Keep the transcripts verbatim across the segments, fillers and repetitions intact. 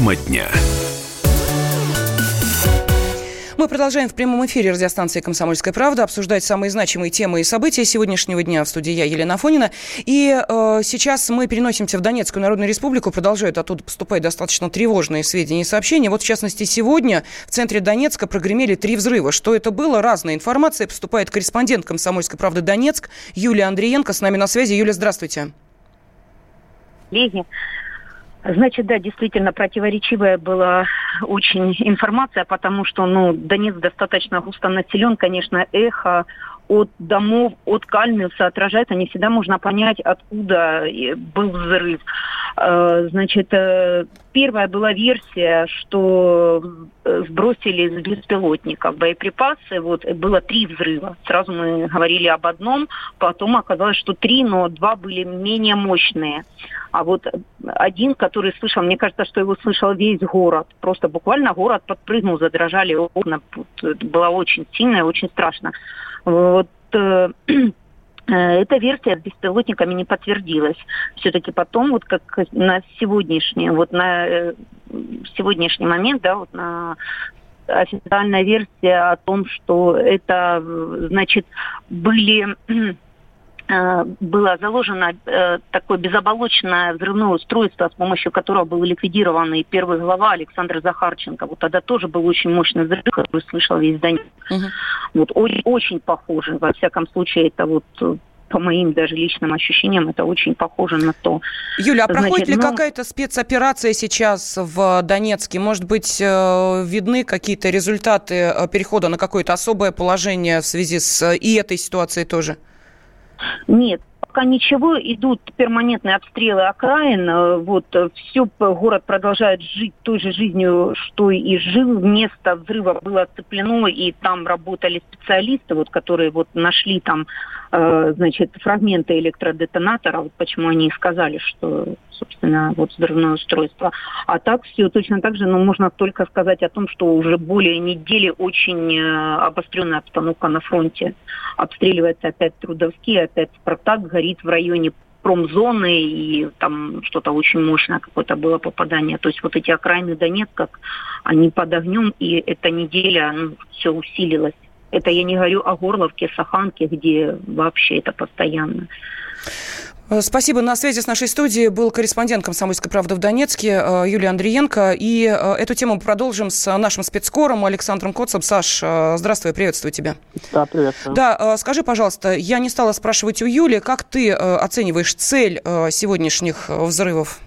Тема дня. Мы продолжаем в прямом эфире радиостанции «Комсомольская правда» обсуждать самые значимые темы и события сегодняшнего дня. В студии я, Елена Афонина. И э, сейчас мы переносимся в Донецкую Народную Республику. Продолжают оттуда поступать достаточно тревожные сведения и сообщения. Вот, в частности, сегодня в центре Донецка прогремели три взрыва. Что это было? Разная информация. Поступает корреспондент «Комсомольской правды» Донецк Юлия Андриенко. С нами на связи. Юля, здравствуйте. Леги. Значит, да, действительно, противоречивая была очень информация, потому что, ну, Донецк достаточно густо населен, конечно, эхо от домов, от Кальмиуса отражается, не всегда можно понять, откуда был взрыв. Значит, первая была версия, что сбросили с беспилотников боеприпасы, вот, было три взрыва. Сразу мы говорили об одном, потом оказалось, что три, но два были менее мощные. А вот один, который слышал, мне кажется, что его слышал весь город. Просто буквально город подпрыгнул, задрожали окна. Было очень сильно и очень страшно. Вот э, эта версия с беспилотниками не подтвердилась. Все-таки потом, вот как на сегодняшний, вот на э, сегодняшний момент, да, вот на официальная версия о том, что это, значит, были... было заложено э, такое безоболочное взрывное устройство, с помощью которого был ликвидирован и первый глава Александр Захарченко. Вот тогда тоже был очень мощный взрыв, который слышал весь Донецк. Uh-huh. Вот очень, очень похоже. Во всяком случае, это вот по моим даже личным ощущениям, это очень похоже на то. Юля, а Значит, проходит ли ну... какая-то спецоперация сейчас в Донецке? Может быть, видны какие-то результаты перехода на какое-то особое положение в связи с и этой ситуацией тоже? Нет, пока ничего, идут перманентные обстрелы окраин, вот, все, город продолжает жить той же жизнью, что и жил, место взрыва было оцеплено, и там работали специалисты, вот, которые вот нашли там, э, значит, фрагменты электродетонатора, вот почему они сказали, что, собственно, вот взрывное устройство. А так все точно так же, но можно только сказать о том, что уже более недели очень обостренная обстановка на фронте. Обстреливается опять Трудовские, опять Спартак горит в районе промзоны, и там что-то очень мощное какое-то было попадание. То есть вот эти окраины Донецка, они под огнем, и эта неделя, ну, все усилилось. Это я не говорю о Горловке, Саханке, где вообще это постоянно. Спасибо. На связи с нашей студией был корреспондент «Комсомольской правды» в Донецке Юлия Андриенко. И эту тему мы продолжим с нашим спецкором Александром Коцем. Саш, здравствуй, приветствую тебя. Да, приветствую. Да, скажи, пожалуйста, я не стала спрашивать у Юли, как ты оцениваешь цель сегодняшних взрывов?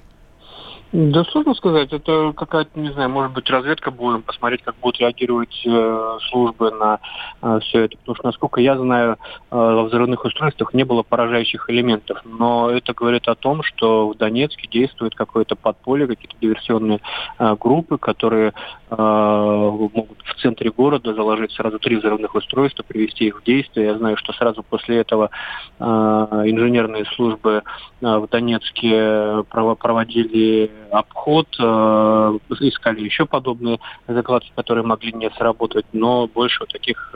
Да, сложно сказать. Это какая-то, не знаю, может быть, разведка будем, посмотреть, как будут реагировать э, службы на э, все это. Потому что, насколько я знаю, э, во взрывных устройствах не было поражающих элементов. Но это говорит о том, что в Донецке действует какое-то подполье, какие-то диверсионные э, группы, которые э, могут в центре города заложить сразу три взрывных устройства, привести их в действие. Я знаю, что сразу после этого э, инженерные службы э, в Донецке проводили обход, э, искали еще подобные закладки, которые могли не сработать, но больше вот таких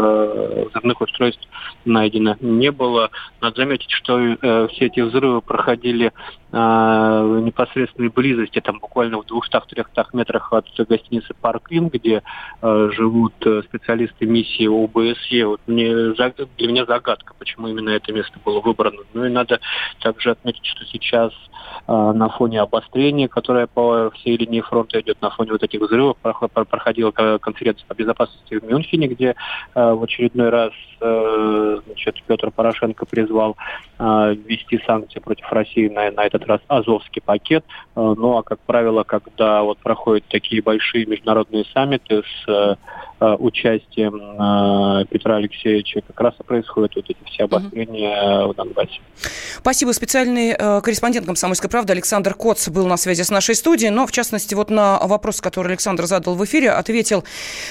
э, взрывных устройств найдено не было. Надо заметить, что э, все эти взрывы проходили э, в непосредственной близости, там буквально в двухстах-трехстах метрах от гостиницы «Парк Ин», где э, живут специалисты миссии О Бэ Эс Е. Вот мне, для меня загадка, почему именно это место было выбрано. Ну и надо также отметить, что сейчас э, на фоне обострения, которая по всей линии фронта идет, на фоне вот этих взрывов, проходила конференция по безопасности в Мюнхене, где э, в очередной раз э, значит, Петр Порошенко призвал э, ввести санкции против России, на, на этот раз азовский пакет. Э, ну а, как правило, когда вот проходят такие большие международные саммиты с э, участием э, Петра Алексеевича, как раз и происходят вот эти все обострения mm-hmm. в Донбассе. Спасибо. Специальный э, корреспондент «Комсомольской правды» Александр Коц был на связи с нашей студией, но, в частности, вот на вопрос, который Александр задал в эфире, ответил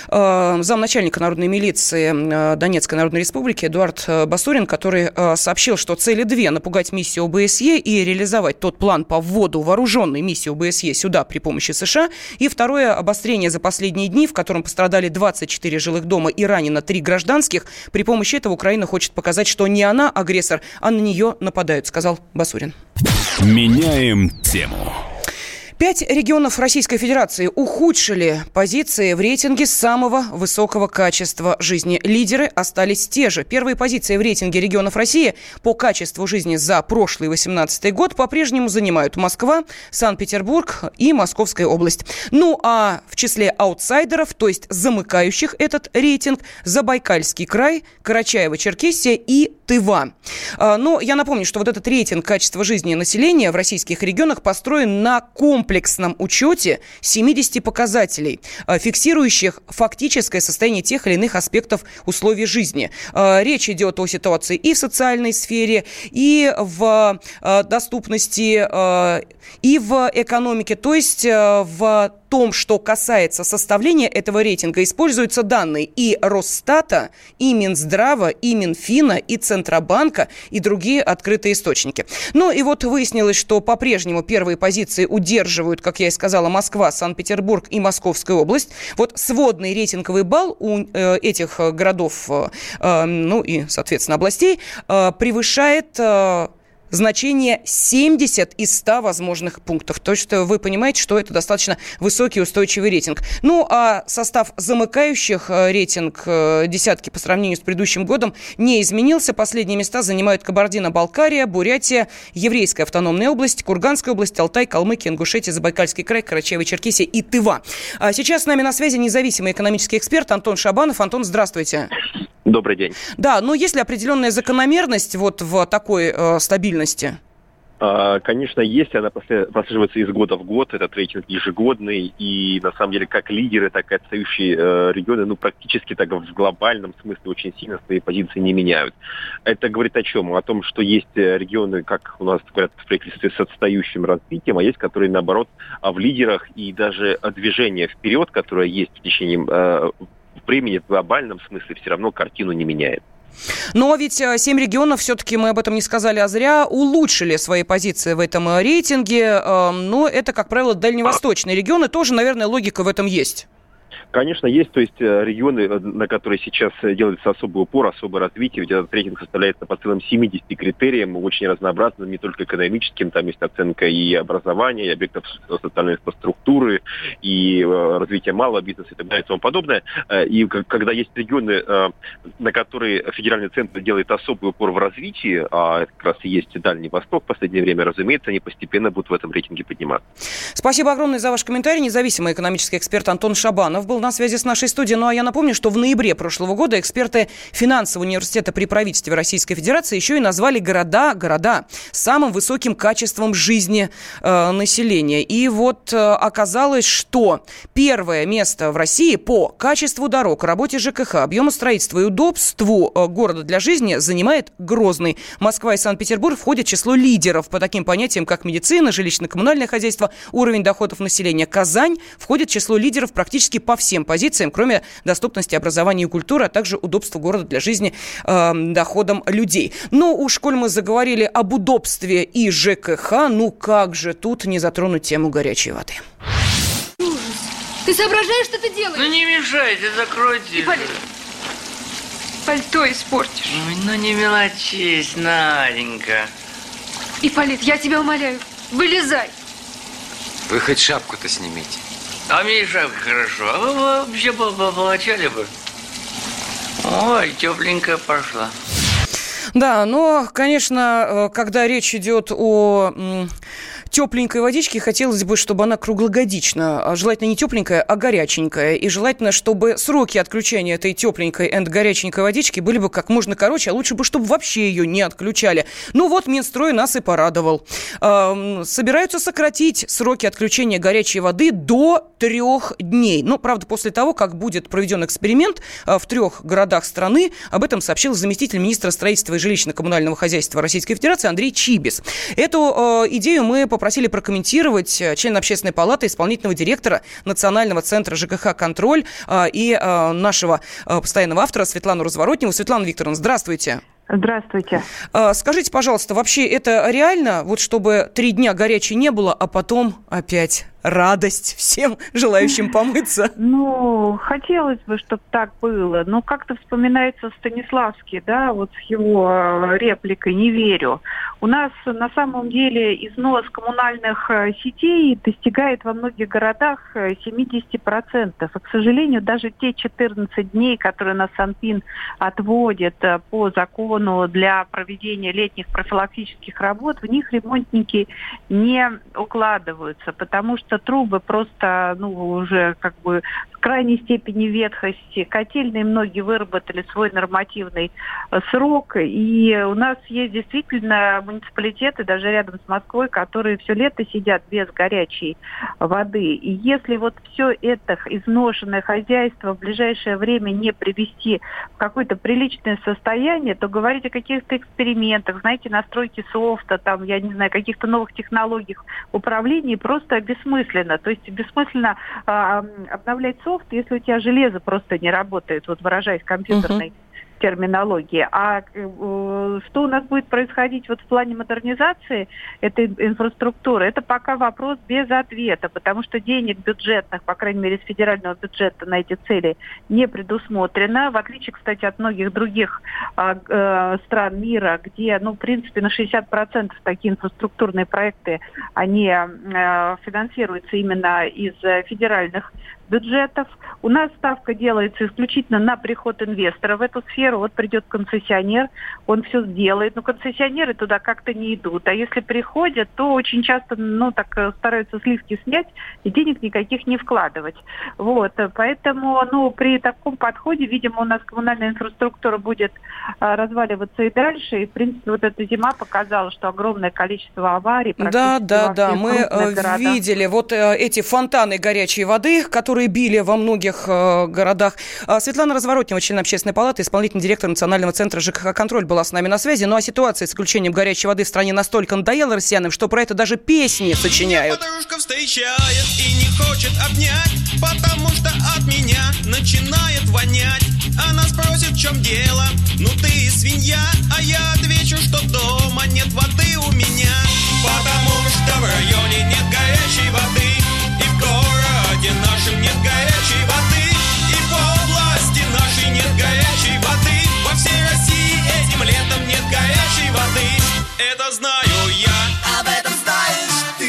э, замначальника народной милиции э, Донецкой Народной Республики Эдуард Басурин, который э, сообщил, что цели две – напугать миссию О Бэ Эс Е и реализовать тот план по вводу вооруженной миссии О Бэ Эс Е сюда при помощи США, и второе – обострение за последние дни, в котором пострадали двадцать четыре жилых дома и ранено три гражданских. При помощи этого Украина хочет показать, что не она агрессор, а на нее нападают, сказал Басурин. Меняем тему. Пять регионов Российской Федерации ухудшили позиции в рейтинге самого высокого качества жизни. Лидеры остались те же. Первые позиции в рейтинге регионов России по качеству жизни за прошлый восемнадцатый год по-прежнему занимают Москва, Санкт-Петербург и Московская область. Ну а в числе аутсайдеров, то есть замыкающих этот рейтинг, Забайкальский край, Карачаево-Черкесия и Тыва. Но я напомню, что вот этот рейтинг качества жизни населения в российских регионах построен на комплексе комплексном учете семидесяти показателей, фиксирующих фактическое состояние тех или иных аспектов условий жизни. Речь идет о ситуации и в социальной сфере, и в доступности, и в экономике, то есть в том, что касается составления этого рейтинга, используются данные и Росстата, и Минздрава, и Минфина, и Центробанка, и другие открытые источники. Ну и вот выяснилось, что по-прежнему первые позиции удерживают, как я и сказала, Москва, Санкт-Петербург и Московская область. Вот сводный рейтинговый балл у э, этих городов, э, ну и, соответственно, областей э, превышает... Э, значение семьдесят из ста возможных пунктов. То есть вы понимаете, что это достаточно высокий устойчивый рейтинг. Ну, а состав замыкающих рейтинг десятки по сравнению с предыдущим годом не изменился. Последние места занимают Кабардино-Балкария, Бурятия, Еврейская автономная область, Курганская область, Алтай, Калмыкия, Ингушетия, Забайкальский край, Карачаево-Черкесия и Тыва. А сейчас с нами на связи независимый экономический эксперт Антон Шабанов. Антон, здравствуйте. Добрый день. Да, но есть ли определенная закономерность вот в такой э, стабильности? А, конечно, есть. Она прослеживается из года в год. Этот рейтинг ежегодный. И, на самом деле, как лидеры, так и отстающие э, регионы, ну, практически так в глобальном смысле очень сильно свои позиции не меняют. Это говорит о чем? О том, что есть регионы, как у нас говорят в правительстве, с отстающим развитием, а есть, которые, наоборот, в лидерах. И даже движение вперед, которое есть в течение... Э, времени в глобальном смысле все равно картину не меняет. Но ведь семь регионов, все-таки мы об этом не сказали, а зря, улучшили свои позиции в этом рейтинге. Но это, как правило, дальневосточные регионы. Тоже, наверное, логика в этом есть. Конечно, есть, то есть регионы, на которые сейчас делается особый упор, особое развитие, ведь этот рейтинг составляется по целым семидесяти критериям, очень разнообразным, не только экономическим, там есть оценка и образования, и объектов социальной инфраструктуры, и развития малого бизнеса и так далее и тому подобное. И когда есть регионы, на которые федеральный центр делает особый упор в развитии, а это как раз и есть Дальний Восток в последнее время, разумеется, они постепенно будут в этом рейтинге подниматься. Спасибо огромное за ваш комментарий. Независимый экономический эксперт Антон Шабанов был на связи с нашей студией. Ну а я напомню, что в ноябре прошлого года эксперты финансового университета при правительстве Российской Федерации еще и назвали города, города с самым высоким качеством жизни э, населения. И вот э, оказалось, что первое место в России по качеству дорог, работе ЖКХ, объему строительства и удобству э, города для жизни занимает Грозный. Москва и Санкт-Петербург входят в число лидеров по таким понятиям, как медицина, жилищно-коммунальное хозяйство, уровень доходов населения. Казань входит в число лидеров практически по всем позициям, кроме доступности образования и культуры, а также удобства города для жизни, э, доходам людей. Но уж коль мы заговорили об удобстве и ЖКХ, ну как же тут не затронуть тему горячей воды? Ужас. Ты соображаешь, что ты делаешь? Ну не мешайте, закройте. Ипполит, пальто испортишь. Ой, ну не мелочись, Наденька. Ипполит, я тебя умоляю, вылезай. Вы хоть шапку-то снимите. А мне и шапка хорошо. А вы вообще помолчали бы. Ой, тепленькая пошла. Да, но, конечно, когда речь идет о тепленькой водички, хотелось бы, чтобы она круглогодично, желательно не тепленькая, а горяченькая. И желательно, чтобы сроки отключения этой тепленькой и горяченькой водички были бы как можно короче, а лучше бы, чтобы вообще ее не отключали. Ну вот Минстрой нас и порадовал. Э, собираются сократить сроки отключения горячей воды до трех дней. Ну, правда, после того, как будет проведен эксперимент э, в трех городах страны, об этом сообщил заместитель министра строительства и жилищно-коммунального хозяйства Российской Федерации Андрей Чибис. Эту э, идею мы попросили Попросили прокомментировать член Общественной палаты, исполнительного директора Национального центра ЖКХ «Контроль» э, и э, нашего э, постоянного автора Светлану Разворотневу. Светлана Викторовна, здравствуйте. Здравствуйте. Э, скажите, пожалуйста, вообще это реально, вот чтобы три дня горячей не было, а потом опять радость всем желающим помыться? Ну, хотелось бы, чтобы так было. Но как-то вспоминается Станиславский, да, вот с его репликой «не верю». У нас на самом деле износ коммунальных сетей достигает во многих городах семьдесят процентов. И, к сожалению, даже те четырнадцать дней, которые нас Санпин отводит по закону для проведения летних профилактических работ, в них ремонтники не укладываются, потому что трубы просто, ну, уже как бы в крайней степени ветхости. Котельные многие выработали свой нормативный срок, и у нас есть действительно муниципалитеты, даже рядом с Москвой, которые все лето сидят без горячей воды. И если вот все это изношенное хозяйство в ближайшее время не привести в какое-то приличное состояние, то говорить о каких-то экспериментах, знаете, настройки софта, там, я не знаю, каких-то новых технологиях управления просто бессмысленно. То есть бессмысленно э, обновлять софт, если у тебя железо просто не работает, вот выражаясь компьютерной uh-huh. терминологии. А э, что у нас будет происходить вот в плане модернизации этой инфраструктуры, это пока вопрос без ответа, потому что денег бюджетных, по крайней мере, с федерального бюджета на эти цели не предусмотрено. В отличие, кстати, от многих других э, э, стран мира, где, ну, в принципе, на шестьдесят процентов такие инфраструктурные проекты, они э, финансируются именно из федеральных бюджетов. У нас ставка делается исключительно на приход инвестора в эту сферу. Вот придет концессионер, он все сделает. Но концессионеры туда как-то не идут. А если приходят, то очень часто, ну, так стараются сливки снять и денег никаких не вкладывать. Вот. Поэтому, ну, при таком подходе, видимо, у нас коммунальная инфраструктура будет а, разваливаться и дальше. И, в принципе, вот эта зима показала, что огромное количество аварий Да, да, да. Мы городах. видели вот э, эти фонтаны горячей воды, которые били во многих э, городах. Светлана Разворотнева, член Общественной палаты, исполнительный директор Национального центра ЖКХ «Контроль» была с нами на связи. Ну а ситуация с исключением горячей воды в стране настолько надоела россиянам, что про это даже песни сочиняют. Меня подружка встречает и не хочет обнять, потому что от меня начинает вонять. Она спросит, в чем дело, ну ты и свинья, а я отвечу, что дома нет воды у меня. Потому что в районе нет горячей воды, и в городе нашем нет горячей воды, и в области нашей нет горячей воды. Во всей России этим летом нет горячей воды. Это знаю я, об этом знаешь ты.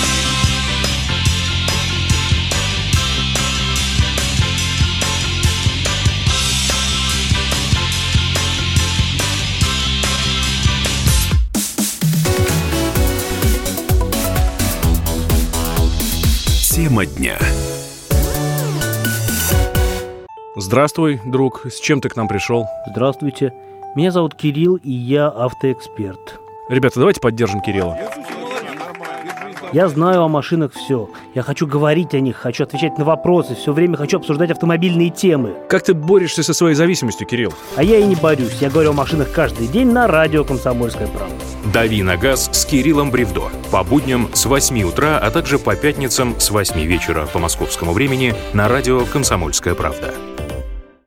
Тема дня. Здравствуй, друг. С чем ты к нам пришел? Здравствуйте. Меня зовут Кирилл, и я автоэксперт. Ребята, давайте поддержим Кирилла. Я знаю о машинах все. Я хочу говорить о них, хочу отвечать на вопросы, все время хочу обсуждать автомобильные темы. Как ты борешься со своей зависимостью, Кирилл? А я и не борюсь. Я говорю о машинах каждый день на радио «Комсомольская правда». «Дави на газ» с Кириллом Бревдо. По будням с восьми утра, а также по пятницам с восьми вечера по московскому времени на радио «Комсомольская правда».